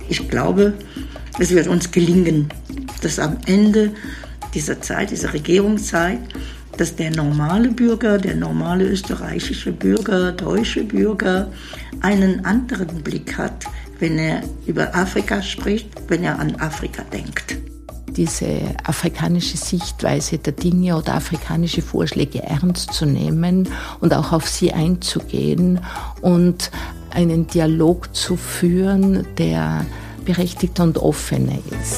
Ich glaube, es wird uns gelingen, dass am Ende dieser Zeit, dieser Regierungszeit, dass der normale Bürger, der normale österreichische Bürger, deutsche Bürger einen anderen Blick hat, wenn er über Afrika spricht, wenn er an Afrika denkt. Diese afrikanische Sichtweise der Dinge oder afrikanische Vorschläge ernst zu nehmen und auch auf sie einzugehen und einen Dialog zu führen, der berechtigter und offener ist.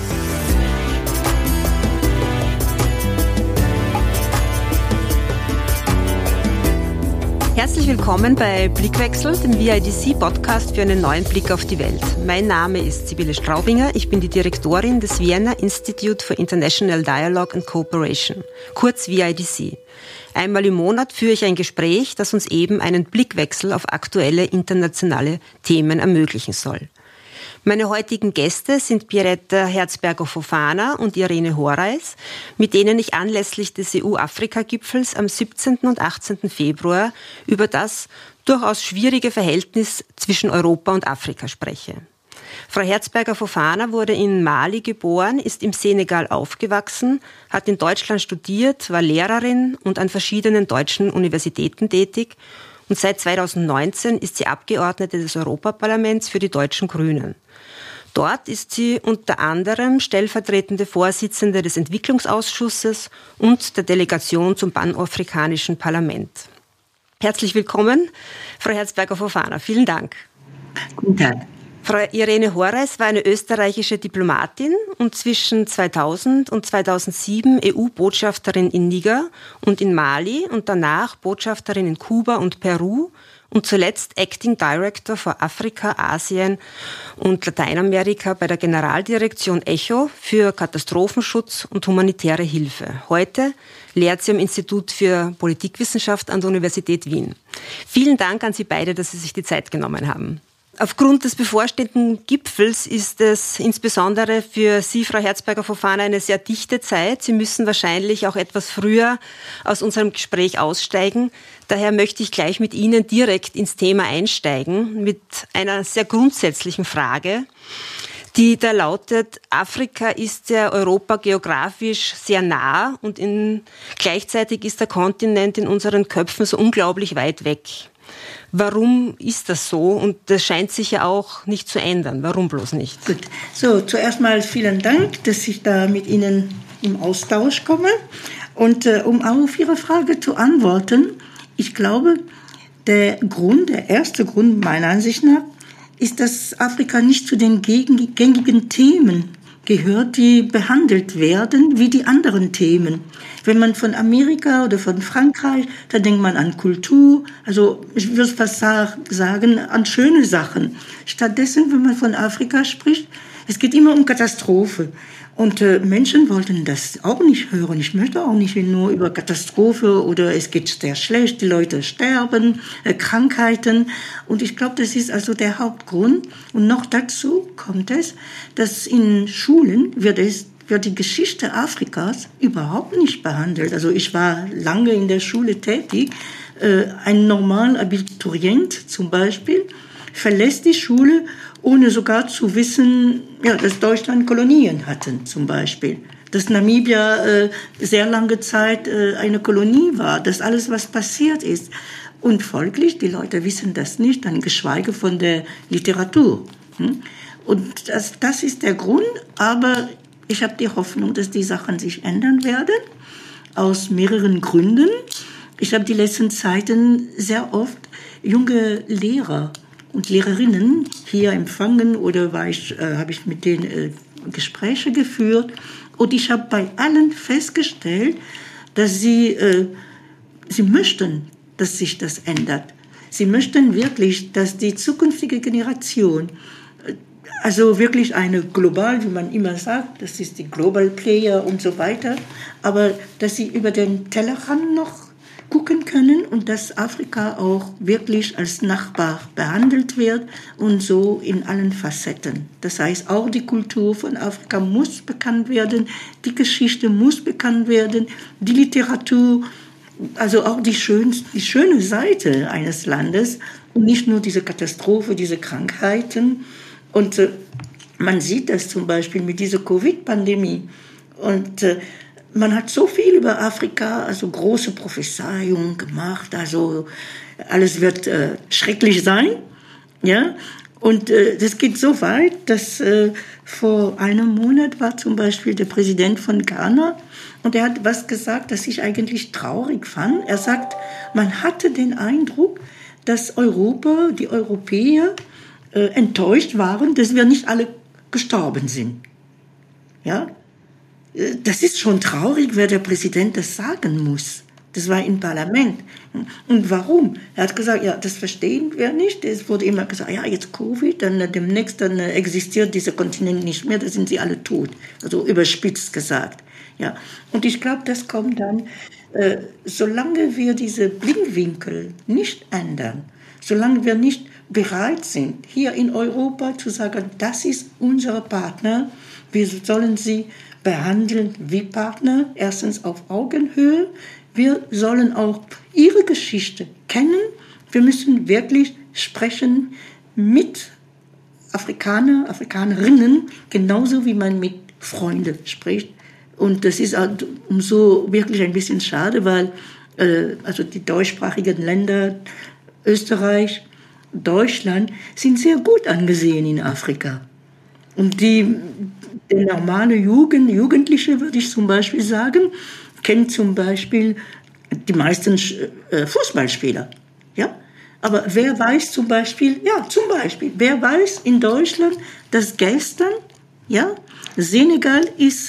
Herzlich willkommen bei Blickwechsel, dem VIDC-Podcast für einen neuen Blick auf die Welt. Mein Name ist Sibylle Straubinger, ich bin die Direktorin des Vienna Institute for International Dialogue and Cooperation, kurz VIDC. Einmal im Monat führe ich ein Gespräch, das uns eben einen Blickwechsel auf aktuelle internationale Themen ermöglichen soll. Meine heutigen Gäste sind Pierrette Herzberger-Fofana und Irene Horais, mit denen ich anlässlich des EU-Afrika-Gipfels am 17. und 18. Februar über das durchaus schwierige Verhältnis zwischen Europa und Afrika spreche. Frau Herzberger-Fofana wurde in Mali geboren, ist im Senegal aufgewachsen, hat in Deutschland studiert, war Lehrerin und an verschiedenen deutschen Universitäten tätig und seit 2019 ist sie Abgeordnete des Europaparlaments für die Deutschen Grünen. Dort ist sie unter anderem stellvertretende Vorsitzende des Entwicklungsausschusses und der Delegation zum Panafrikanischen Parlament. Herzlich willkommen, Frau Herzberger-Fofana. Vielen Dank. Guten Tag. Frau Irene Horais war eine österreichische Diplomatin und zwischen 2000 und 2007 EU-Botschafterin in Niger und in Mali und danach Botschafterin in Kuba und Peru und zuletzt Acting Director für Afrika, Asien und Lateinamerika bei der Generaldirektion ECHO für Katastrophenschutz und humanitäre Hilfe. Heute lehrt sie am Institut für Politikwissenschaft an der Universität Wien. Vielen Dank an Sie beide, dass Sie sich die Zeit genommen haben. Aufgrund des bevorstehenden Gipfels ist es insbesondere für Sie, Frau Herzberger-Fofana, eine sehr dichte Zeit. Sie müssen wahrscheinlich auch etwas früher aus unserem Gespräch aussteigen. Daher möchte ich gleich mit Ihnen direkt ins Thema einsteigen mit einer sehr grundsätzlichen Frage, die da lautet: Afrika ist ja Europa geografisch sehr nah und gleichzeitig ist der Kontinent in unseren Köpfen so unglaublich weit weg. Warum ist das so? Und das scheint sich ja auch nicht zu ändern. Warum bloß nicht? Gut. So, zuerst mal vielen Dank, dass ich da mit Ihnen im Austausch komme. Und um auf Ihre Frage zu antworten, ich glaube, der erste Grund meiner Ansicht nach, ist, dass Afrika nicht zu den gängigen Themen gehört, die behandelt werden wie die anderen Themen. Wenn man von Amerika oder von Frankreich, dann denkt man an Kultur, also ich würde fast sagen, an schöne Sachen. Stattdessen, wenn man von Afrika spricht, es geht immer um Katastrophe. Und Menschen wollten das auch nicht hören. Ich möchte auch nicht nur über Katastrophe oder es geht sehr schlecht, die Leute sterben, Krankheiten. Und ich glaube, das ist also der Hauptgrund. Und noch dazu kommt es, dass in Schulen wird die Geschichte Afrikas überhaupt nicht behandelt. Also ich war lange in der Schule tätig. Ein normaler Abiturient zum Beispiel verlässt die Schule, ohne sogar zu wissen, ja, dass Deutschland Kolonien hatten zum Beispiel. Dass Namibia sehr lange Zeit eine Kolonie war. Das alles, was passiert ist. Und folglich, die Leute wissen das nicht, dann geschweige von der Literatur. Und das ist der Grund, aber ich habe die Hoffnung, dass die Sachen sich ändern werden, aus mehreren Gründen. Ich habe die letzten Zeiten sehr oft junge Lehrer und Lehrerinnen hier empfangen oder habe ich mit denen Gespräche geführt. Und ich habe bei allen festgestellt, dass sie möchten, dass sich das ändert. Sie möchten wirklich, dass die zukünftige Generation, also wirklich eine global, wie man immer sagt, das ist die Global Player und so weiter, aber dass sie über den Tellerrand noch gucken können und dass Afrika auch wirklich als Nachbar behandelt wird und so in allen Facetten. Das heißt, auch die Kultur von Afrika muss bekannt werden, die Geschichte muss bekannt werden, die Literatur, also auch die schöne Seite eines Landes und nicht nur diese Katastrophe, diese Krankheiten. Und Man sieht das zum Beispiel mit dieser Covid-Pandemie. Und man hat so viel über Afrika, also große Prophezeiungen gemacht, also alles wird schrecklich sein. Ja? Und das geht so weit, dass vor einem Monat war zum Beispiel der Präsident von Ghana und er hat was gesagt, das ich eigentlich traurig fand. Er sagt, man hatte den Eindruck, dass Europa, die Europäer enttäuscht waren, dass wir nicht alle gestorben sind. Ja? Das ist schon traurig, wer der Präsident das sagen muss. Das war im Parlament. Und warum? Er hat gesagt, ja, das verstehen wir nicht. Es wurde immer gesagt, ja, jetzt Covid, dann demnächst dann existiert dieser Kontinent nicht mehr, da sind sie alle tot. Also überspitzt gesagt. Ja. Und ich glaube, das kommt dann, solange wir diese Blickwinkel nicht ändern, solange wir nicht bereit sind, hier in Europa zu sagen, das ist unser Partner, wir sollen sie behandeln wie Partner, erstens auf Augenhöhe. Wir sollen auch ihre Geschichte kennen. Wir müssen wirklich sprechen mit Afrikanerinnen, genauso wie man mit Freunden spricht. Und das ist umso wirklich ein bisschen schade, weil also die deutschsprachigen Länder, Österreich, Deutschland, sind sehr gut angesehen in Afrika. Und der normale Jugendliche, würde ich zum Beispiel sagen, kennt zum Beispiel die meisten Fußballspieler. Ja? Aber wer weiß wer weiß in Deutschland, dass gestern Senegal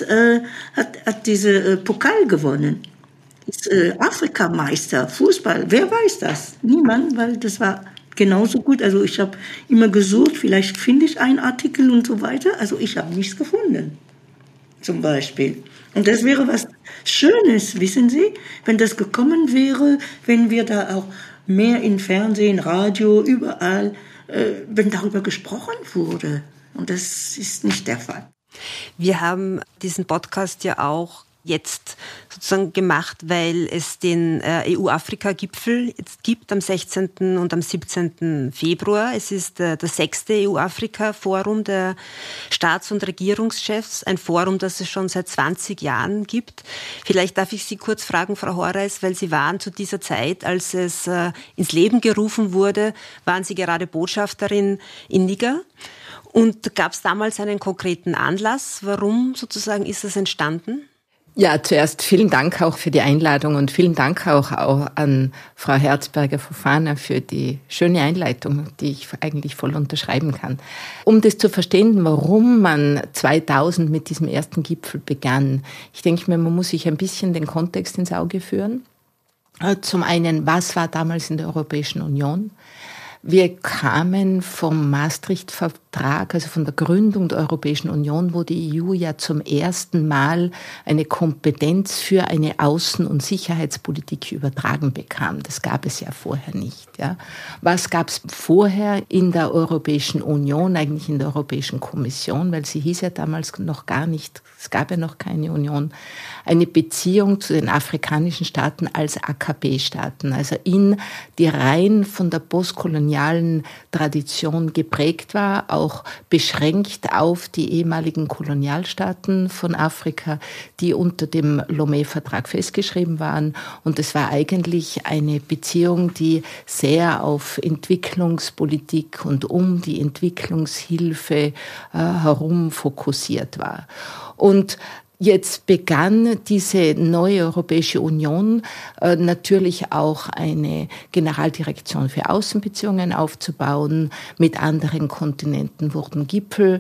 hat diese Pokal gewonnen. Ist Afrikameister, Fußball. Wer weiß das? Niemand, weil das war genauso gut. Also ich habe immer gesucht, vielleicht finde ich einen Artikel und so weiter. Also ich habe nichts gefunden, zum Beispiel. Und das wäre was Schönes, wissen Sie, wenn das gekommen wäre, wenn wir da auch mehr im Fernsehen, Radio, überall, wenn darüber gesprochen wurde. Und das ist nicht der Fall. Wir haben diesen Podcast ja auch jetzt sozusagen gemacht, weil es den EU-Afrika-Gipfel jetzt gibt am 16. und am 17. Februar. Es ist das 6. EU-Afrika-Forum der Staats- und Regierungschefs, ein Forum, das es schon seit 20 Jahren gibt. Vielleicht darf ich Sie kurz fragen, Frau Horace, weil Sie waren zu dieser Zeit, als es ins Leben gerufen wurde, waren Sie gerade Botschafterin in Niger. Und gab es damals einen konkreten Anlass? Warum sozusagen ist das entstanden? Ja, zuerst vielen Dank auch für die Einladung und vielen Dank auch an Frau Herzberger-Fofana für die schöne Einleitung, die ich eigentlich voll unterschreiben kann. Um das zu verstehen, warum man 2000 mit diesem ersten Gipfel begann, ich denke mir, man muss sich ein bisschen den Kontext ins Auge führen. Zum einen, was war damals in der Europäischen Union? Wir kamen vom Maastricht-Vertrag, also von der Gründung der Europäischen Union, wo die EU ja zum ersten Mal eine Kompetenz für eine Außen- und Sicherheitspolitik übertragen bekam. Das gab es ja vorher nicht. Ja. Was gab es vorher in der Europäischen Union, eigentlich in der Europäischen Kommission, weil sie hieß ja damals noch gar nicht, es gab ja noch keine Union, eine Beziehung zu den afrikanischen Staaten als AKP-Staaten, also in die rein von der postkolonialen Tradition geprägt war, auch beschränkt auf die ehemaligen Kolonialstaaten von Afrika, die unter dem Lomé-Vertrag festgeschrieben waren. Und es war eigentlich eine Beziehung, die sehr auf Entwicklungspolitik und um die Entwicklungshilfe herum fokussiert war. Und jetzt begann diese neue Europäische Union natürlich auch eine Generaldirektion für Außenbeziehungen aufzubauen. Mit anderen Kontinenten wurden Gipfel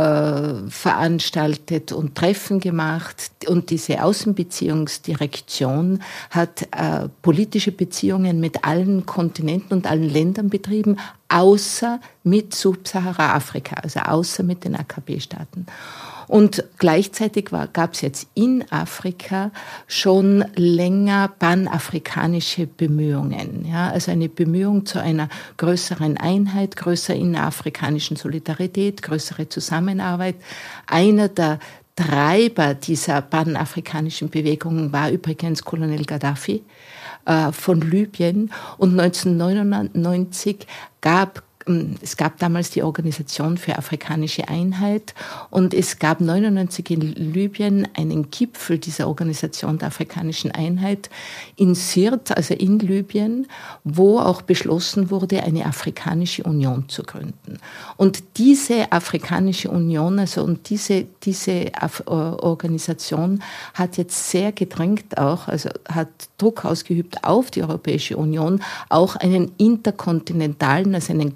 veranstaltet und Treffen gemacht. Und diese Außenbeziehungsdirektion hat politische Beziehungen mit allen Kontinenten und allen Ländern betrieben, außer mit Subsahara-Afrika, also außer mit den AKP-Staaten. Und gleichzeitig gab es jetzt in Afrika schon länger panafrikanische Bemühungen. Ja, also eine Bemühung zu einer größeren Einheit, größer innerafrikanischen Solidarität, größere Zusammenarbeit. Einer der Treiber dieser panafrikanischen Bewegungen war übrigens Colonel Gaddafi von Libyen. Und 1999 gab es gab damals die Organisation für afrikanische Einheit und es gab 1999 in Libyen einen Gipfel dieser Organisation der afrikanischen Einheit in Sirte, also in Libyen, wo auch beschlossen wurde, eine afrikanische Union zu gründen. Und diese afrikanische Union, also und diese Organisation hat jetzt sehr gedrängt auch, also hat Druck ausgeübt auf die Europäische Union, auch einen interkontinentalen, also einen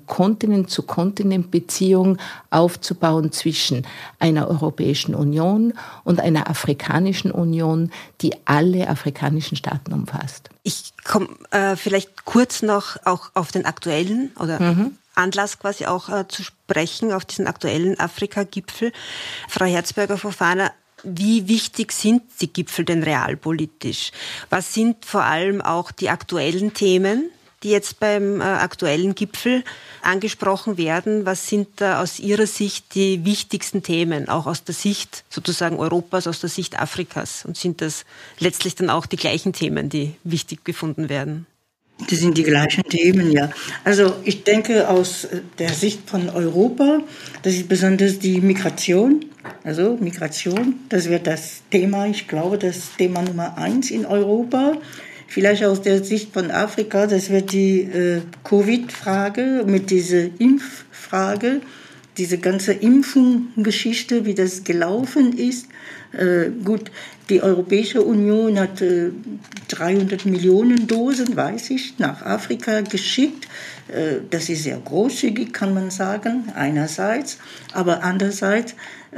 Kontinent-zu-Kontinent-Beziehung aufzubauen zwischen einer Europäischen Union und einer Afrikanischen Union, die alle afrikanischen Staaten umfasst. Ich komme vielleicht kurz noch auch auf den aktuellen oder Anlass quasi auch zu sprechen, auf diesen aktuellen Afrika-Gipfel. Frau Herzberger-Fofana, wie wichtig sind die Gipfel denn realpolitisch? Was sind vor allem auch die aktuellen Themen, die jetzt beim aktuellen Gipfel angesprochen werden? Was sind da aus Ihrer Sicht die wichtigsten Themen, auch aus der Sicht sozusagen Europas, aus der Sicht Afrikas? Und sind das letztlich dann auch die gleichen Themen, die wichtig gefunden werden? Das sind die gleichen Themen, ja. Also ich denke aus der Sicht von Europa, das ist besonders die Migration. Also Migration, das wird das Thema, ich glaube, das Thema Nummer 1 in Europa. Vielleicht aus der Sicht von Afrika, das wird die Covid-Frage mit dieser Impffrage, diese ganze Impfungsgeschichte, wie das gelaufen ist. Gut, die Europäische Union hat 300 Millionen Dosen, weiß ich, nach Afrika geschickt. Das ist sehr großzügig, kann man sagen, einerseits. Aber andererseits,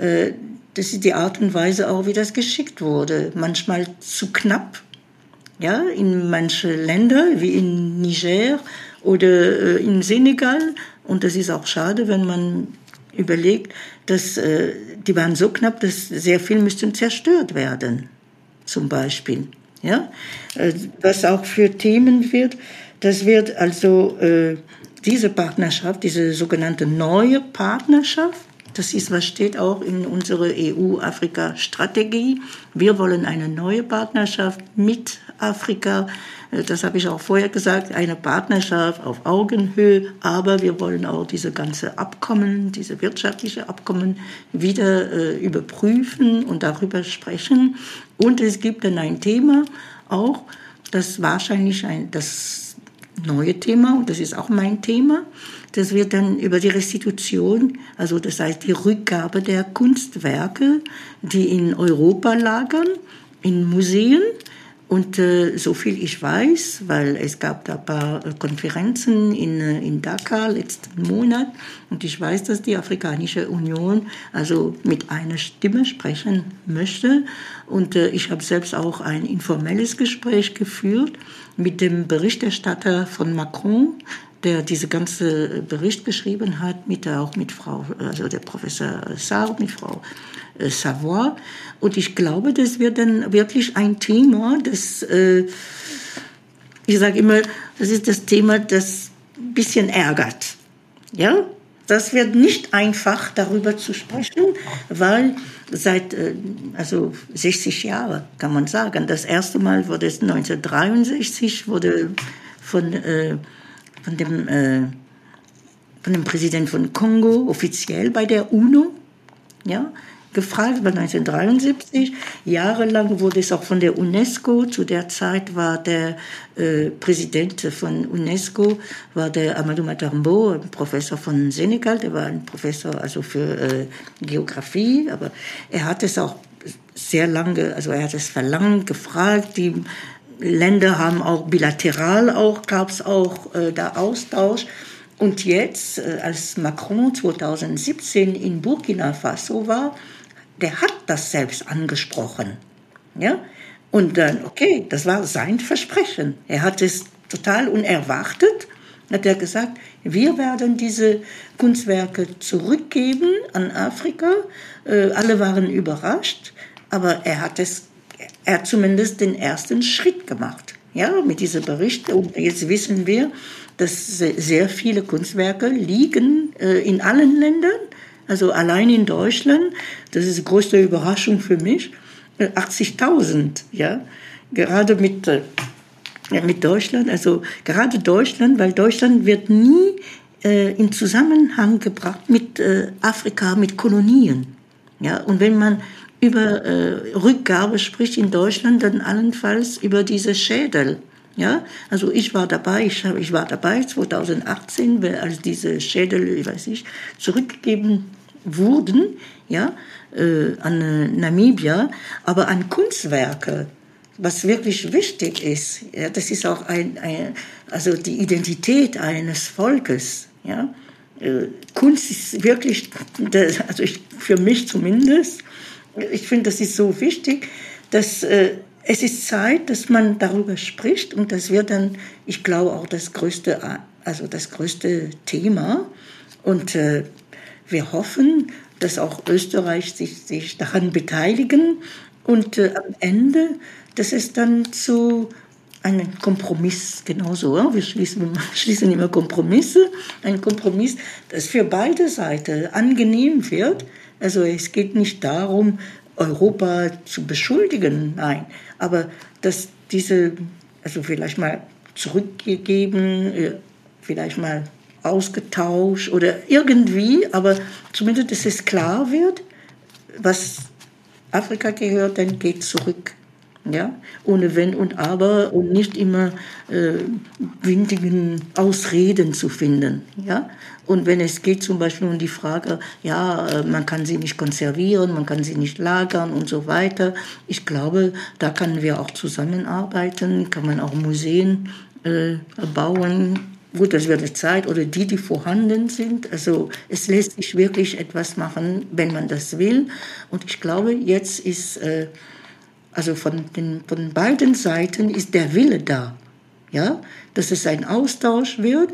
das ist die Art und Weise auch, wie das geschickt wurde. Manchmal zu knapp. Ja, in manche Länder, wie in Niger oder in Senegal. Und das ist auch schade, wenn man überlegt, dass die waren so knapp, dass sehr viel müssten zerstört werden, zum Beispiel. Ja, was auch für Themen wird, das wird also diese Partnerschaft, diese sogenannte neue Partnerschaft. Das ist, was steht auch in unserer EU-Afrika-Strategie. Wir wollen eine neue Partnerschaft mit Afrika. Das habe ich auch vorher gesagt, eine Partnerschaft auf Augenhöhe. Aber wir wollen auch diese ganze Abkommen, diese wirtschaftliche Abkommen wieder überprüfen und darüber sprechen. Und es gibt dann ein Thema auch, das wahrscheinlich das neue Thema, und das ist auch mein Thema, das wird dann über die Restitution, also das heißt die Rückgabe der Kunstwerke, die in Europa lagern, in Museen. Und so viel ich weiß, weil es gab da ein paar Konferenzen in Dakar letzten Monat und ich weiß, dass die Afrikanische Union also mit einer Stimme sprechen möchte. Und ich habe selbst auch ein informelles Gespräch geführt mit dem Berichterstatter von Macron, der diese ganze Bericht geschrieben hat, auch mit Frau, also der Professor Sarr, mit Frau Savoy. Und ich glaube, das wird dann wirklich ein Thema, das, ich sage immer, das ist das Thema, das ein bisschen ärgert. Ja? Das wird nicht einfach, darüber zu sprechen, weil seit 60 Jahren, kann man sagen, das erste Mal wurde es 1963, wurde von dem Präsidenten von Kongo offiziell bei der UNO, ja, gefragt, war 1973. Jahrelang wurde es auch von der UNESCO. Zu der Zeit war der Präsident von UNESCO, war der Amadou Matambo, ein Professor von Senegal. Der war ein Professor also für Geografie, aber er hat es auch sehr lange, also er hat es verlangt, gefragt. Die Länder haben auch bilateral gab es auch da Austausch. Und jetzt, als Macron 2017 in Burkina Faso war, der hat das selbst angesprochen. Ja? Und dann, okay, das war sein Versprechen. Er hat es total unerwartet, hat er gesagt, wir werden diese Kunstwerke zurückgeben an Afrika. Alle waren überrascht, aber er hat zumindest den ersten Schritt gemacht. Ja, mit diesem Bericht. Und jetzt wissen wir, dass sehr viele Kunstwerke liegen in allen Ländern. Also allein in Deutschland, das ist die größte Überraschung für mich, 80.000, ja, gerade mit Deutschland, also gerade Deutschland, weil Deutschland wird nie in Zusammenhang gebracht mit Afrika, mit Kolonien. Ja? Und wenn man über Rückgabe spricht in Deutschland, dann allenfalls über diese Schädel. Ja? Also ich war dabei 2018, als diese Schädel, zurückgegeben wurden, ja, an Namibia, aber an Kunstwerke, was wirklich wichtig ist. Ja, das ist auch also die Identität eines Volkes. Ja. Kunst ist wirklich, für mich zumindest, ich finde, das ist so wichtig, dass es ist Zeit, dass man darüber spricht und das wird dann, ich glaube, auch das größte Thema. Und wir hoffen, dass auch Österreich sich daran beteiligen und am Ende, dass es dann zu einem Kompromiss, genauso, ja? Wir schließen immer Kompromisse, ein Kompromiss, das für beide Seiten angenehm wird. Also es geht nicht darum, Europa zu beschuldigen, nein, aber dass vielleicht mal zurückgegeben, vielleicht mal ausgetauscht oder irgendwie, aber zumindest, dass es klar wird, was Afrika gehört, dann geht zurück. Ja? Ohne Wenn und Aber und nicht immer windigen Ausreden zu finden. Ja? Und wenn es geht zum Beispiel um die Frage, man kann sie nicht konservieren, man kann sie nicht lagern und so weiter. Ich glaube, da können wir auch zusammenarbeiten, kann man auch Museen bauen. Gut, das wird Zeit oder die vorhanden sind. Also es lässt sich wirklich etwas machen, wenn man das will. Und ich glaube, jetzt ist, von beiden Seiten ist der Wille da. Ja? Dass es ein Austausch wird,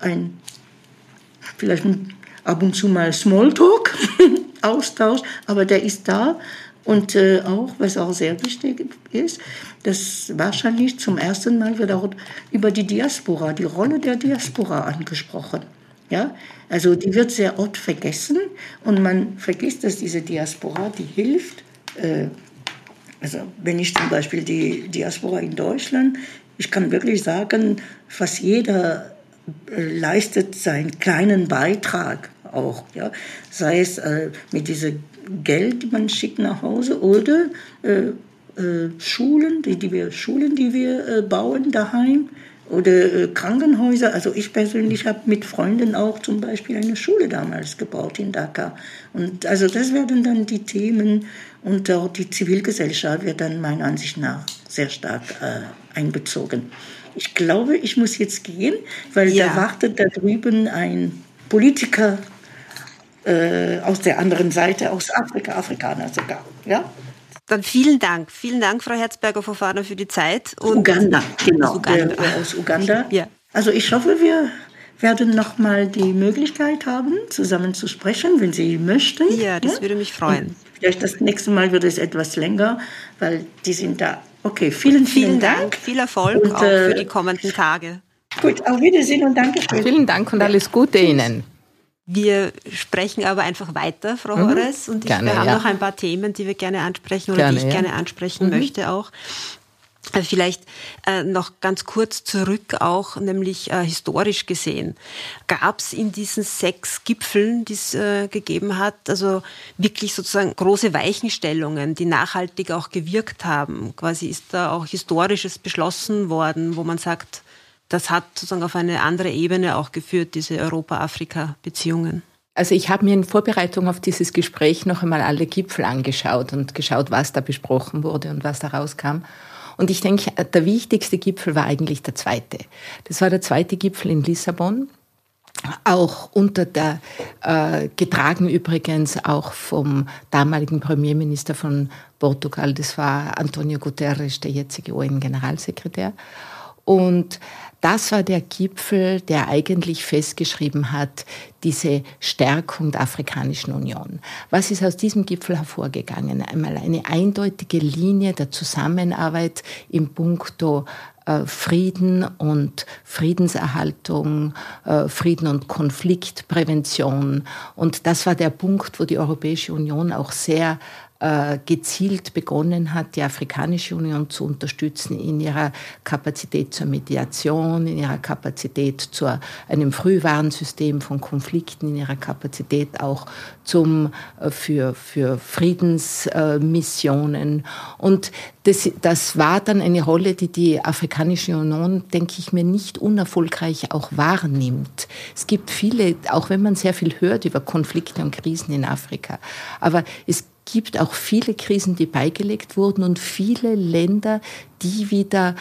vielleicht ab und zu mal Smalltalk, Austausch, aber der ist da. Und auch, was auch sehr wichtig ist, dass wahrscheinlich zum ersten Mal wird auch über die Diaspora, die Rolle der Diaspora angesprochen. Ja? Also die wird sehr oft vergessen und man vergisst, dass diese Diaspora, die hilft. Also wenn ich zum Beispiel die Diaspora in Deutschland, ich kann wirklich sagen, fast jeder leistet seinen kleinen Beitrag auch. Ja? Sei es mit diesem Geld, die man schickt nach Hause, oder Schulen, die wir bauen daheim, oder Krankenhäuser. Also ich persönlich habe mit Freunden auch zum Beispiel eine Schule damals gebaut in Dakar. Und also das werden dann die Themen und auch die Zivilgesellschaft wird dann meiner Ansicht nach sehr stark einbezogen. Ich glaube, ich muss jetzt gehen, weil da wartet da drüben ein Politiker aus der anderen Seite, aus Afrika, Afrikaner sogar. Ja? Dann vielen Dank, Frau Herzberger-Fofana, für die Zeit. Und Uganda, genau, aus Uganda. Ja. Also ich hoffe, wir werden noch mal die Möglichkeit haben, zusammen zu sprechen, wenn Sie möchten. Ja, das würde mich freuen. Und vielleicht das nächste Mal wird es etwas länger, weil die sind da. Okay, vielen Dank. Viel Erfolg und, auch für die kommenden Tage. Gut, auf Wiedersehen und danke schön. Vielen Dank und alles Gute Ihnen. Wir sprechen aber einfach weiter, Frau Horres, und wir haben noch ein paar Themen, die wir gerne ansprechen oder die ich gerne ansprechen möchte auch. Vielleicht noch ganz kurz zurück auch, nämlich historisch gesehen. Gab es in diesen 6 Gipfeln, die es gegeben hat, also wirklich sozusagen große Weichenstellungen, die nachhaltig auch gewirkt haben? Quasi ist da auch Historisches beschlossen worden, wo man sagt, das hat sozusagen auf eine andere Ebene auch geführt, diese Europa-Afrika-Beziehungen. Also ich habe mir in Vorbereitung auf dieses Gespräch noch einmal alle Gipfel angeschaut und geschaut, was da besprochen wurde und was da rauskam. Und ich denke, der wichtigste Gipfel war eigentlich der zweite. Das war der zweite Gipfel in Lissabon, auch getragen übrigens auch vom damaligen Premierminister von Portugal, das war António Guterres, der jetzige UN-Generalsekretär. Und das war der Gipfel, der eigentlich festgeschrieben hat, diese Stärkung der Afrikanischen Union. Was ist aus diesem Gipfel hervorgegangen? Einmal eine eindeutige Linie der Zusammenarbeit im Punkto Frieden und Friedenserhaltung, Frieden und Konfliktprävention. Und das war der Punkt, wo die Europäische Union auch sehr gezielt begonnen hat, die Afrikanische Union zu unterstützen in ihrer Kapazität zur Mediation, in ihrer Kapazität zu einem Frühwarnsystem von Konflikten, in ihrer Kapazität auch für Friedensmissionen. Und das war dann eine Rolle, die Afrikanische Union, denke ich mir, nicht unerfolgreich auch wahrnimmt. Es gibt viele, auch wenn man sehr viel hört über Konflikte und Krisen in Afrika, aber es gibt auch viele Krisen, die beigelegt wurden und viele Länder, die wieder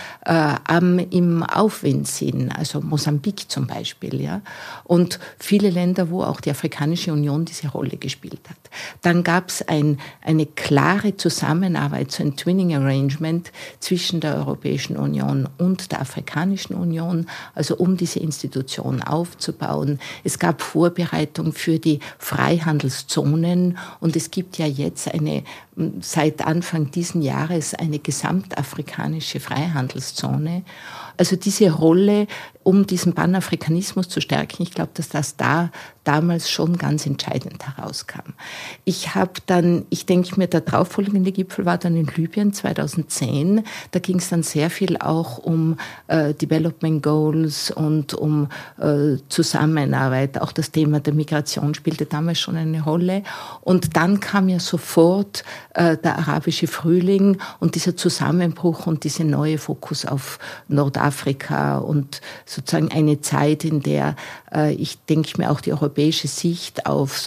im Aufwind sind, also Mosambik zum Beispiel, ja, und viele Länder, wo auch die Afrikanische Union diese Rolle gespielt hat. Dann gab es eine klare Zusammenarbeit, so ein Twinning Arrangement zwischen der Europäischen Union und der Afrikanischen Union, also um diese Institution aufzubauen. Es gab Vorbereitungen für die Freihandelszonen und es gibt ja jetzt seit Anfang diesen Jahres eine gesamtafrikanische Freihandelszone. Also diese Rolle, um diesen Panafrikanismus zu stärken, ich glaube, dass das damals schon ganz entscheidend herauskam. Ich denke mir, der darauffolgende Gipfel war dann in Libyen 2010. Da ging es dann sehr viel auch um Development Goals und um Zusammenarbeit. Auch das Thema der Migration spielte damals schon eine Rolle. Und dann kam ja sofort der arabische Frühling und dieser Zusammenbruch und dieser neue Fokus auf Nordafrika und sozusagen eine Zeit, in der ich denke mir auch die europäische Sicht auf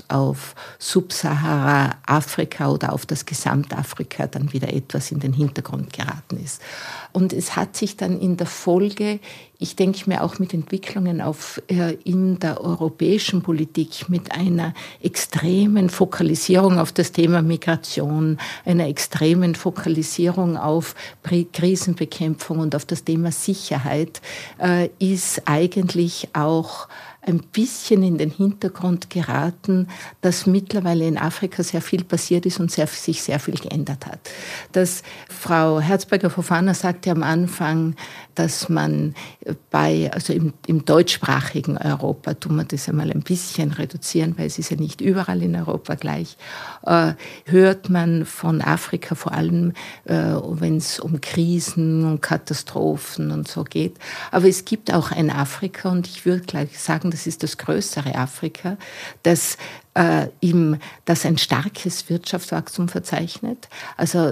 Subsahara-Afrika oder auf das Gesamtafrika dann wieder etwas in den Hintergrund geraten ist. Und es hat sich dann in der Folge, ich denke mir auch mit Entwicklungen in der europäischen Politik, mit einer extremen Fokalisierung auf das Thema Migration, einer extremen Fokalisierung auf Krisenbekämpfung und auf das Thema Sicherheit, ist eigentlich auch ein bisschen in den Hintergrund geraten, dass mittlerweile in Afrika sehr viel passiert ist und sich sehr viel geändert hat. Frau Herzberger-Fofana sagte am Anfang, dass man im deutschsprachigen Europa, tun wir das einmal ein bisschen reduzieren, weil es ist ja nicht überall in Europa gleich, hört man von Afrika vor allem, wenn es um Krisen und Katastrophen und so geht. Aber es gibt auch ein Afrika, und ich würde gleich sagen, das ist das größere Afrika, das ein starkes Wirtschaftswachstum verzeichnet. Also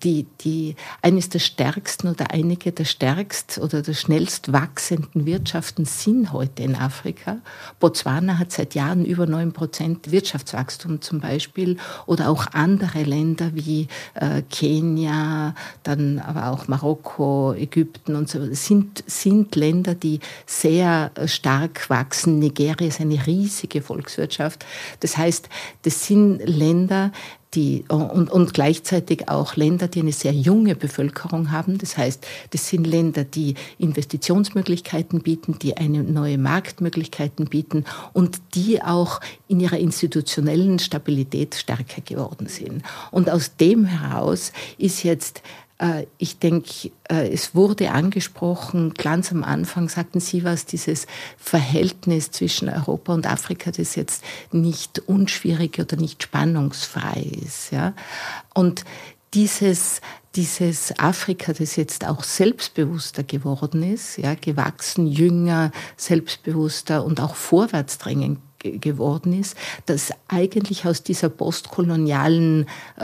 eines der stärksten oder einige der stärkst oder der schnellst wachsenden Wirtschaften sind heute in Afrika. Botswana hat seit Jahren über 9% Wirtschaftswachstum zum Beispiel, oder auch andere Länder wie Kenia, dann aber auch Marokko, Ägypten und so, sind Länder, die sehr stark wachsen. Nigeria ist eine riesige Volkswirtschaft. Das heißt, das sind Länder, und gleichzeitig auch Länder, die eine sehr junge Bevölkerung haben. Das heißt, das sind Länder, die Investitionsmöglichkeiten bieten, die eine neue Marktmöglichkeiten bieten und die auch in ihrer institutionellen Stabilität stärker geworden sind. Und aus dem heraus ist jetzt, ich denke, es wurde angesprochen, ganz am Anfang sagten Sie was, dieses Verhältnis zwischen Europa und Afrika, das jetzt nicht unschwierig oder nicht spannungsfrei ist. Ja? Und dieses Afrika, das jetzt auch selbstbewusster geworden ist, ja, gewachsen, jünger, selbstbewusster und auch vorwärtsdrängend geworden ist, das eigentlich aus dieser postkolonialen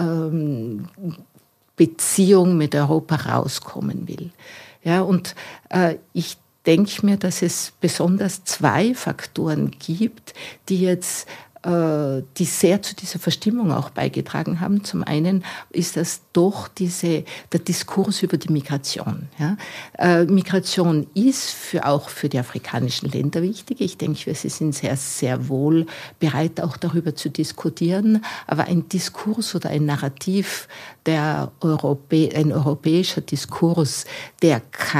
Beziehung mit Europa rauskommen will. Ja, und ich denke mir, dass es besonders zwei Faktoren gibt, die sehr zu dieser Verstimmung auch beigetragen haben. Zum einen ist das doch der Diskurs über die Migration. Ja? Migration ist auch für die afrikanischen Länder wichtig. Ich denke, sie sind sehr, sehr wohl bereit, auch darüber zu diskutieren. Aber ein Diskurs oder ein Narrativ, ein europäischer Diskurs, der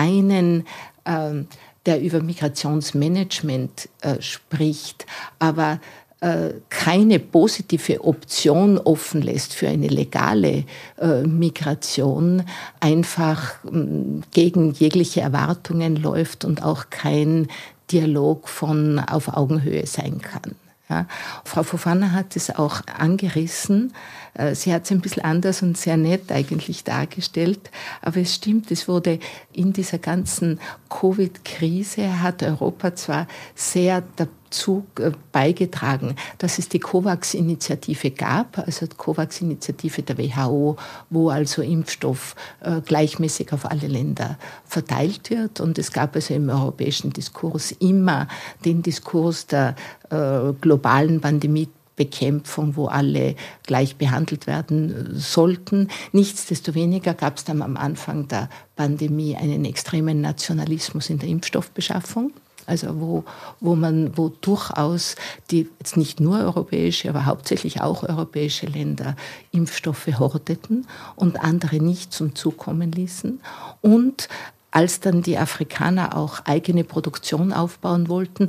über Migrationsmanagement spricht, aber keine positive Option offen lässt für eine legale Migration, einfach gegen jegliche Erwartungen läuft und auch kein Dialog auf Augenhöhe sein kann. Ja. Frau Fofana hat es auch angerissen. Sie hat es ein bisschen anders und sehr nett eigentlich dargestellt. Aber es stimmt, es wurde in dieser ganzen Covid-Krise hat Europa zwar sehr dazu beigetragen, dass es die COVAX-Initiative gab, also die COVAX-Initiative der WHO, wo also Impfstoff gleichmäßig auf alle Länder verteilt wird. Und es gab also im europäischen Diskurs immer den Diskurs der globalen Pandemiebekämpfung, wo alle gleich behandelt werden sollten. Nichtsdestoweniger gab es dann am Anfang der Pandemie einen extremen Nationalismus in der Impfstoffbeschaffung. Also wo durchaus die jetzt nicht nur europäische, aber hauptsächlich auch europäische Länder Impfstoffe horteten und andere nicht zum Zug kommen ließen. Und als dann die Afrikaner auch eigene Produktion aufbauen wollten,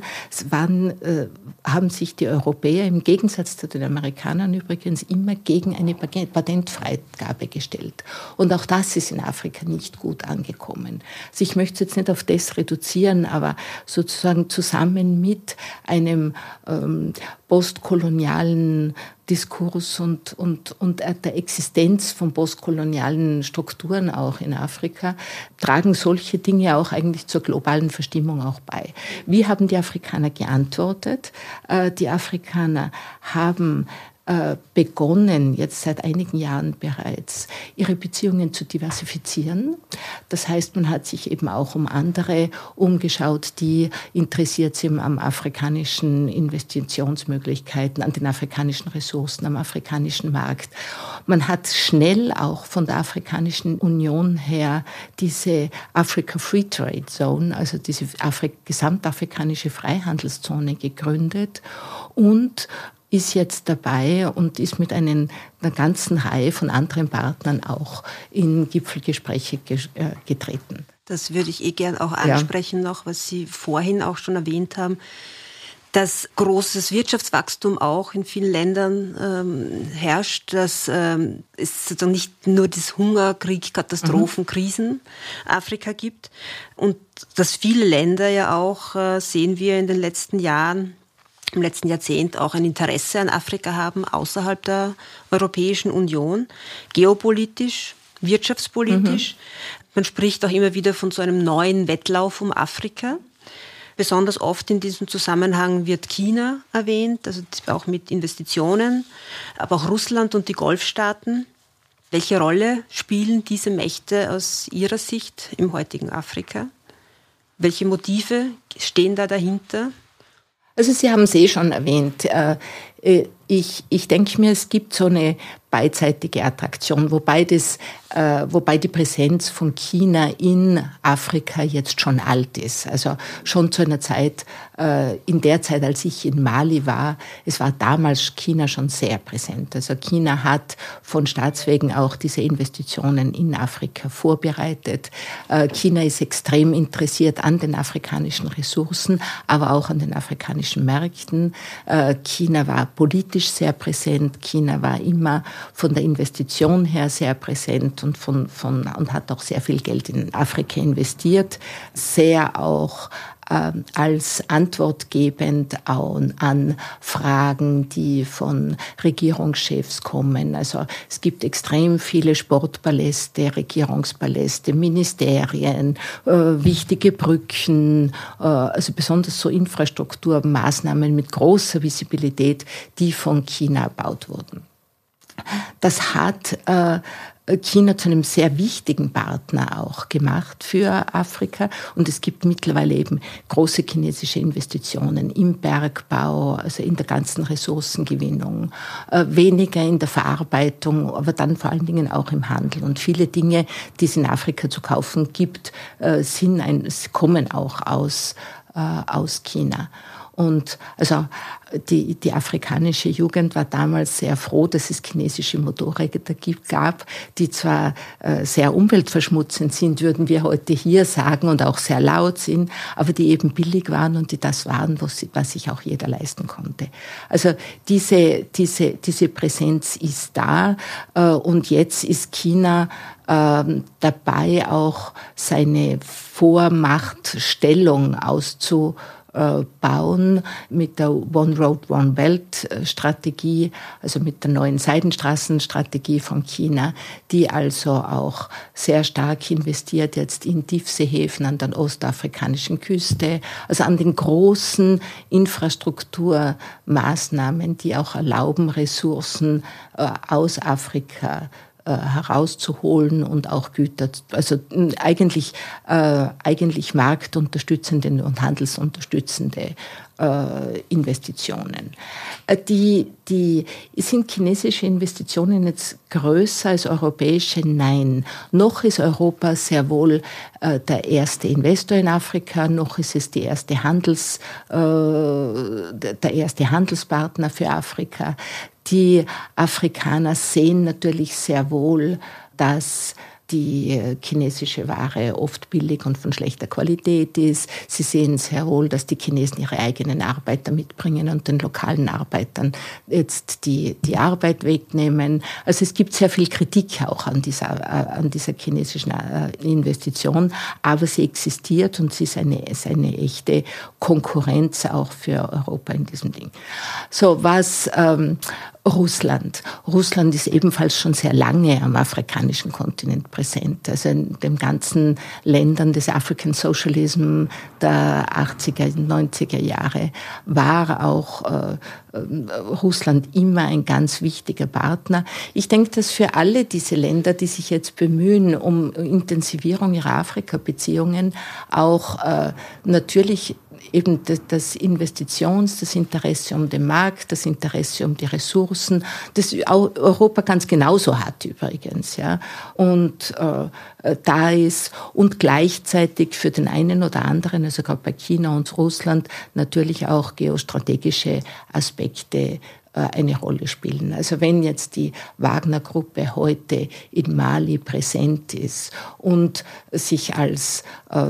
haben sich die Europäer im Gegensatz zu den Amerikanern übrigens immer gegen eine Patentfreigabe gestellt. Und auch das ist in Afrika nicht gut angekommen. Also ich möchte jetzt nicht auf das reduzieren, aber sozusagen zusammen mit einem postkolonialen Diskurs und der Existenz von postkolonialen Strukturen auch in Afrika tragen solche Dinge auch eigentlich zur globalen Verstimmung auch bei. Wie haben die Afrikaner geantwortet? Die Afrikaner haben begonnen, jetzt seit einigen Jahren bereits, ihre Beziehungen zu diversifizieren. Das heißt, man hat sich eben auch um andere umgeschaut, die interessiert sind am afrikanischen Investitionsmöglichkeiten, an den afrikanischen Ressourcen, am afrikanischen Markt. Man hat schnell auch von der Afrikanischen Union her diese Africa Free Trade Zone, also diese gesamtafrikanische Freihandelszone gegründet und ist jetzt dabei und ist mit einer ganzen Reihe von anderen Partnern auch in Gipfelgespräche getreten. Das würde ich gern auch ansprechen noch, was Sie vorhin auch schon erwähnt haben, dass großes Wirtschaftswachstum auch in vielen Ländern herrscht, dass es sozusagen nicht nur das Hunger, Krieg, Katastrophen, Krisen Afrika gibt und dass viele Länder ja auch, sehen wir in den letzten Jahren, im letzten Jahrzehnt auch ein Interesse an Afrika haben, außerhalb der Europäischen Union, geopolitisch, wirtschaftspolitisch. Man spricht auch immer wieder von so einem neuen Wettlauf um Afrika. Besonders oft in diesem Zusammenhang wird China erwähnt, also auch mit Investitionen, aber auch Russland und die Golfstaaten. Welche Rolle spielen diese Mächte aus Ihrer Sicht im heutigen Afrika? Welche Motive stehen da dahinter? Also Sie haben es schon erwähnt. Ich denke mir, es gibt so eine beidseitige Attraktion, wobei die Präsenz von China in Afrika jetzt schon alt ist. Also schon zu einer Zeit, in der Zeit, als ich in Mali war, es war damals China schon sehr präsent. Also China hat von Staatswegen auch diese Investitionen in Afrika vorbereitet. China ist extrem interessiert an den afrikanischen Ressourcen, aber auch an den afrikanischen Märkten. China war politisch sehr präsent. China war immer von der Investition her sehr präsent und hat auch sehr viel Geld in Afrika investiert, sehr auch als antwortgebend an Fragen, die von Regierungschefs kommen. Also es gibt extrem viele Sportpaläste, Regierungspaläste, Ministerien, wichtige Brücken, also besonders so Infrastrukturmaßnahmen mit großer Visibilität, die von China erbaut wurden. Das hat China zu einem sehr wichtigen Partner auch gemacht für Afrika. Und es gibt mittlerweile eben große chinesische Investitionen im Bergbau, also in der ganzen Ressourcengewinnung, weniger in der Verarbeitung, aber dann vor allen Dingen auch im Handel. Und viele Dinge, die es in Afrika zu kaufen gibt, kommen auch aus China. Und also die afrikanische Jugend war damals sehr froh, dass es chinesische Motorräder gab, die zwar sehr umweltverschmutzend sind, würden wir heute hier sagen, und auch sehr laut sind, aber die eben billig waren und die das waren, was sich auch jeder leisten konnte. Also diese Präsenz ist da, und jetzt ist China dabei, auch seine Vormachtstellung bauen mit der One Road, One Belt Strategie, also mit der neuen Seidenstraßenstrategie von China, die also auch sehr stark investiert jetzt in Tiefseehäfen an der ostafrikanischen Küste, also an den großen Infrastrukturmaßnahmen, die auch erlauben, Ressourcen aus Afrika herauszuholen und auch Güter, also eigentlich marktunterstützende und handelsunterstützende Investitionen. Sind chinesische Investitionen jetzt größer als europäische? Nein. Noch ist Europa sehr wohl der erste Investor in Afrika, noch ist es der erste Handelspartner für Afrika. Die Afrikaner sehen natürlich sehr wohl, dass die chinesische Ware oft billig und von schlechter Qualität ist. Sie sehen sehr wohl, dass die Chinesen ihre eigenen Arbeiter mitbringen und den lokalen Arbeitern jetzt die Arbeit wegnehmen. Also es gibt sehr viel Kritik auch an dieser chinesischen Investition, aber sie existiert und sie ist eine echte Konkurrenz auch für Europa in diesem Ding. So, was Russland. Russland ist ebenfalls schon sehr lange am afrikanischen Kontinent präsent. Also in den ganzen Ländern des African Socialism der 80er, 90er Jahre war auch Russland immer ein ganz wichtiger Partner. Ich denke, dass für alle diese Länder, die sich jetzt bemühen um Intensivierung ihrer Afrika-Beziehungen, auch natürlich eben das Interesse um den Markt, das Interesse um die Ressourcen, das Europa ganz genauso hat übrigens, ja, und da ist und gleichzeitig für den einen oder anderen, also gerade bei China und Russland, natürlich auch geostrategische Aspekte eine Rolle spielen. Also wenn jetzt die Wagner-Gruppe heute in Mali präsent ist und sich als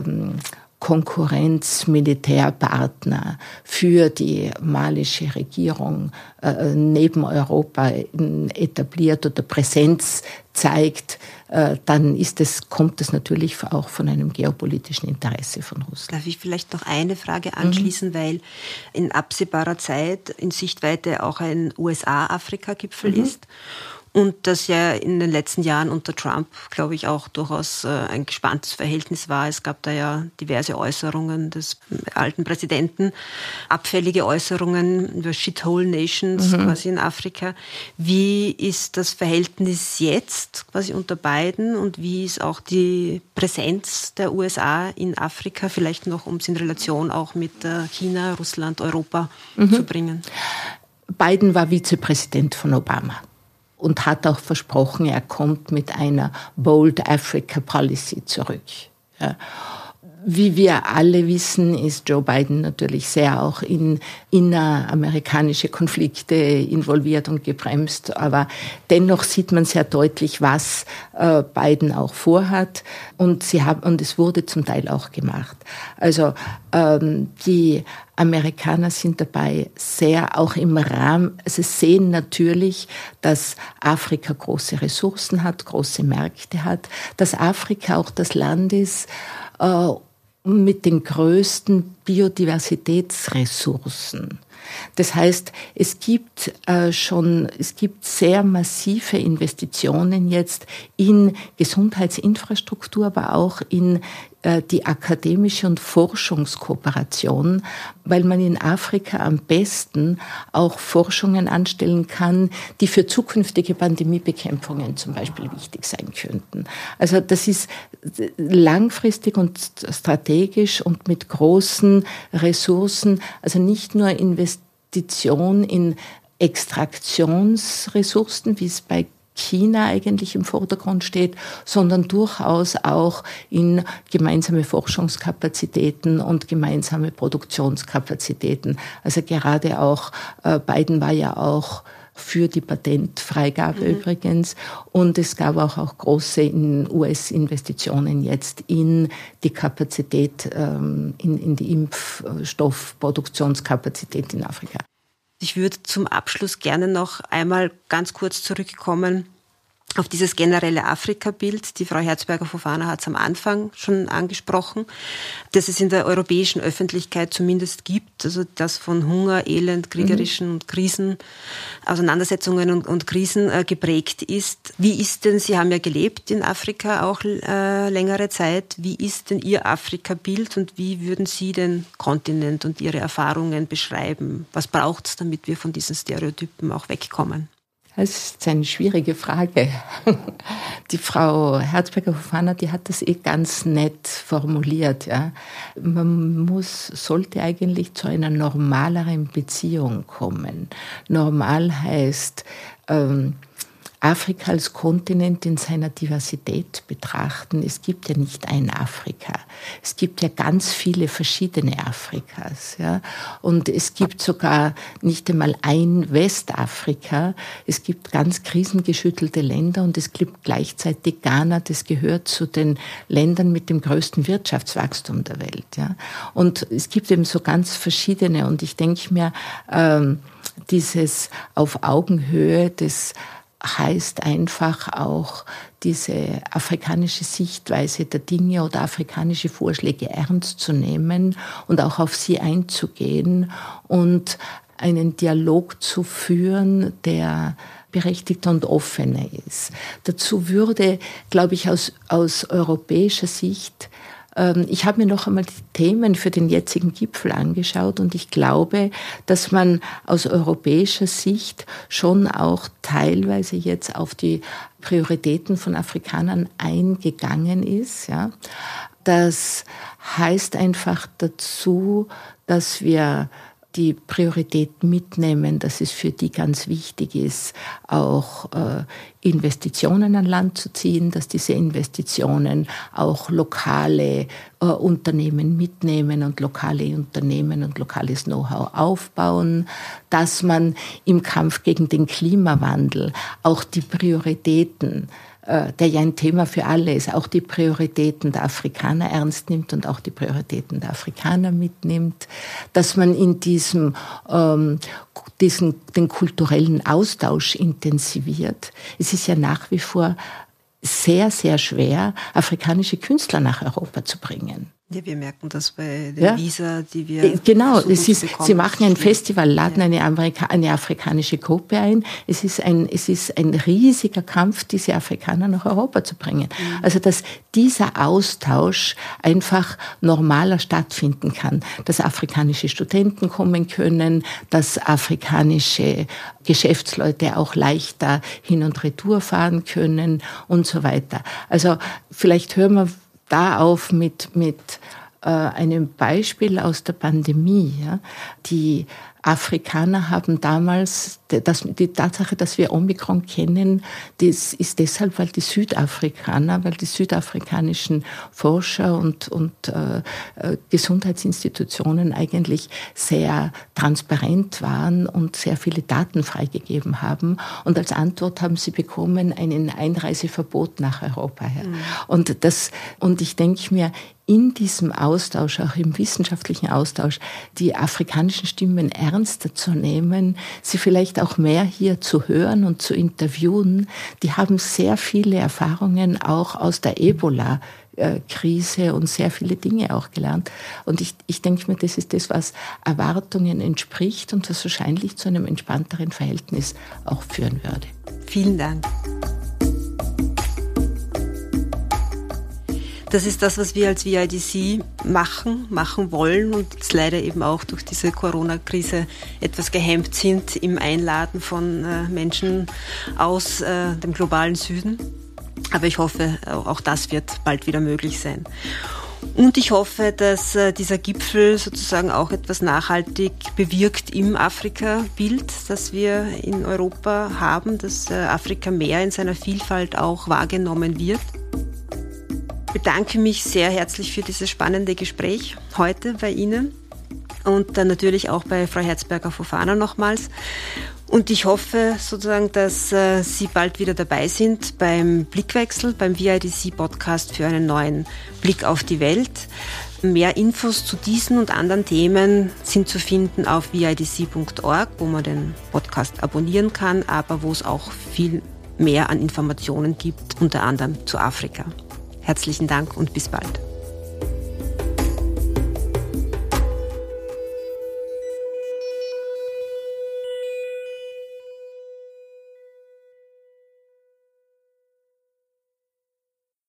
Konkurrenz-Militärpartner für die malische Regierung neben Europa etabliert oder Präsenz zeigt, dann kommt es natürlich auch von einem geopolitischen Interesse von Russland. Darf ich vielleicht noch eine Frage anschließen, weil in absehbarer Zeit in Sichtweite auch ein USA-Afrika-Gipfel ist. Und das ja in den letzten Jahren unter Trump, glaube ich, auch durchaus ein gespanntes Verhältnis war. Es gab da ja diverse Äußerungen des alten Präsidenten, abfällige Äußerungen über Shithole Nations quasi in Afrika. Wie ist das Verhältnis jetzt quasi unter Biden und wie ist auch die Präsenz der USA in Afrika, vielleicht noch, um es in Relation auch mit China, Russland, Europa zu bringen? Biden war Vizepräsident von Obama und hat auch versprochen, er kommt mit einer Bold Africa Policy zurück. Ja. Wie wir alle wissen, ist Joe Biden natürlich sehr auch in inneramerikanische Konflikte involviert und gebremst. Aber dennoch sieht man sehr deutlich, was Biden auch vorhat. Und es wurde zum Teil auch gemacht. Also die Amerikaner sind dabei sehr auch im Rahmen, also sehen natürlich, dass Afrika große Ressourcen hat, große Märkte hat, dass Afrika auch das Land ist, mit den größten Biodiversitätsressourcen. Das heißt, es gibt sehr massive Investitionen jetzt in Gesundheitsinfrastruktur, aber auch in die akademische und Forschungskooperation, weil man in Afrika am besten auch Forschungen anstellen kann, die für zukünftige Pandemiebekämpfungen zum Beispiel wichtig sein könnten. Also das ist langfristig und strategisch und mit großen Ressourcen, also nicht nur Investition in Extraktionsressourcen, wie es bei China eigentlich im Vordergrund steht, sondern durchaus auch in gemeinsame Forschungskapazitäten und gemeinsame Produktionskapazitäten. Also gerade auch, Biden war ja auch für die Patentfreigabe übrigens. Und es gab auch große US-Investitionen jetzt in die Kapazität, in die Impfstoffproduktionskapazität in Afrika. Ich würde zum Abschluss gerne noch einmal ganz kurz zurückkommen auf dieses generelle Afrika-Bild. Die Frau Herzberger-Fofana hat es am Anfang schon angesprochen, dass es in der europäischen Öffentlichkeit zumindest gibt, also das von Hunger, Elend, kriegerischen und Krisen, Auseinandersetzungen und Krisen geprägt ist. Wie ist denn, Sie haben ja gelebt in Afrika auch längere Zeit, wie ist denn Ihr Afrika-Bild und wie würden Sie den Kontinent und Ihre Erfahrungen beschreiben? Was braucht es, damit wir von diesen Stereotypen auch wegkommen? Das ist eine schwierige Frage. Die Frau Herzberger-Fofana, die hat das ganz nett formuliert. Ja. Man sollte eigentlich zu einer normaleren Beziehung kommen. Normal heißt, Afrika als Kontinent in seiner Diversität betrachten. Es gibt ja nicht ein Afrika. Es gibt ja ganz viele verschiedene Afrikas. Ja? Und es gibt sogar nicht einmal ein Westafrika. Es gibt ganz krisengeschüttelte Länder und es gibt gleichzeitig Ghana, das gehört zu den Ländern mit dem größten Wirtschaftswachstum der Welt. Ja? Und es gibt eben so ganz verschiedene. Und ich denke mir, dieses auf Augenhöhe, das heißt einfach auch, diese afrikanische Sichtweise der Dinge oder afrikanische Vorschläge ernst zu nehmen und auch auf sie einzugehen und einen Dialog zu führen, der berechtigter und offener ist. Dazu würde, glaube ich, aus europäischer Sicht, ich habe mir noch einmal die Themen für den jetzigen Gipfel angeschaut und ich glaube, dass man aus europäischer Sicht schon auch teilweise jetzt auf die Prioritäten von Afrikanern eingegangen ist. Ja. Das heißt einfach dazu, dass wir die Priorität mitnehmen, dass es für die ganz wichtig ist, auch Investitionen an Land zu ziehen, dass diese Investitionen auch lokale Unternehmen mitnehmen und lokale Unternehmen und lokales Know-how aufbauen, dass man im Kampf gegen den Klimawandel auch die Prioritäten, der ja ein Thema für alle ist, auch die Prioritäten der Afrikaner ernst nimmt und auch die Prioritäten der Afrikaner mitnimmt, dass man in den kulturellen Austausch intensiviert. Es ist ja nach wie vor sehr, sehr schwer, afrikanisische Künstler nach Europa zu bringen. Ja, wir merken das bei den Visa, die wir genau, sie machen ein Festival, laden eine afrikanische Gruppe ein. Es ist ein riesiger Kampf, diese Afrikaner nach Europa zu bringen. Also, dass dieser Austausch einfach normaler stattfinden kann, dass afrikanische Studenten kommen können, dass afrikanische Geschäftsleute auch leichter hin und retour fahren können und so weiter. Also, vielleicht hören wir da auf mit einem Beispiel aus der Pandemie. Ja. Die Afrikaner haben damals, die Tatsache, dass wir Omikron kennen, das ist deshalb, weil die südafrikanischen Forscher und Gesundheitsinstitutionen eigentlich sehr transparent waren und sehr viele Daten freigegeben haben. Und als Antwort haben sie bekommen ein Einreiseverbot nach Europa. Ja. Und ich denke mir, in diesem Austausch, auch im wissenschaftlichen Austausch, die afrikanischen Stimmen ernster zu nehmen, sie vielleicht auch mehr hier zu hören und zu interviewen. Die haben sehr viele Erfahrungen auch aus der Ebola-Krise und sehr viele Dinge auch gelernt. Und ich denke mir, das ist das, was Erwartungen entspricht und was wahrscheinlich zu einem entspannteren Verhältnis auch führen würde. Vielen Dank. Das ist das, was wir als VIDC machen wollen und jetzt leider eben auch durch diese Corona-Krise etwas gehemmt sind im Einladen von Menschen aus dem globalen Süden. Aber ich hoffe, auch das wird bald wieder möglich sein. Und ich hoffe, dass dieser Gipfel sozusagen auch etwas nachhaltig bewirkt im Afrika-Bild, das wir in Europa haben, dass Afrika mehr in seiner Vielfalt auch wahrgenommen wird. Ich bedanke mich sehr herzlich für dieses spannende Gespräch heute bei Ihnen und dann natürlich auch bei Frau Herzberger-Fofana nochmals. Und ich hoffe sozusagen, dass Sie bald wieder dabei sind beim Blickwechsel, beim VIDC-Podcast für einen neuen Blick auf die Welt. Mehr Infos zu diesen und anderen Themen sind zu finden auf vidc.org, wo man den Podcast abonnieren kann, aber wo es auch viel mehr an Informationen gibt, unter anderem zu Afrika. Herzlichen Dank und bis bald.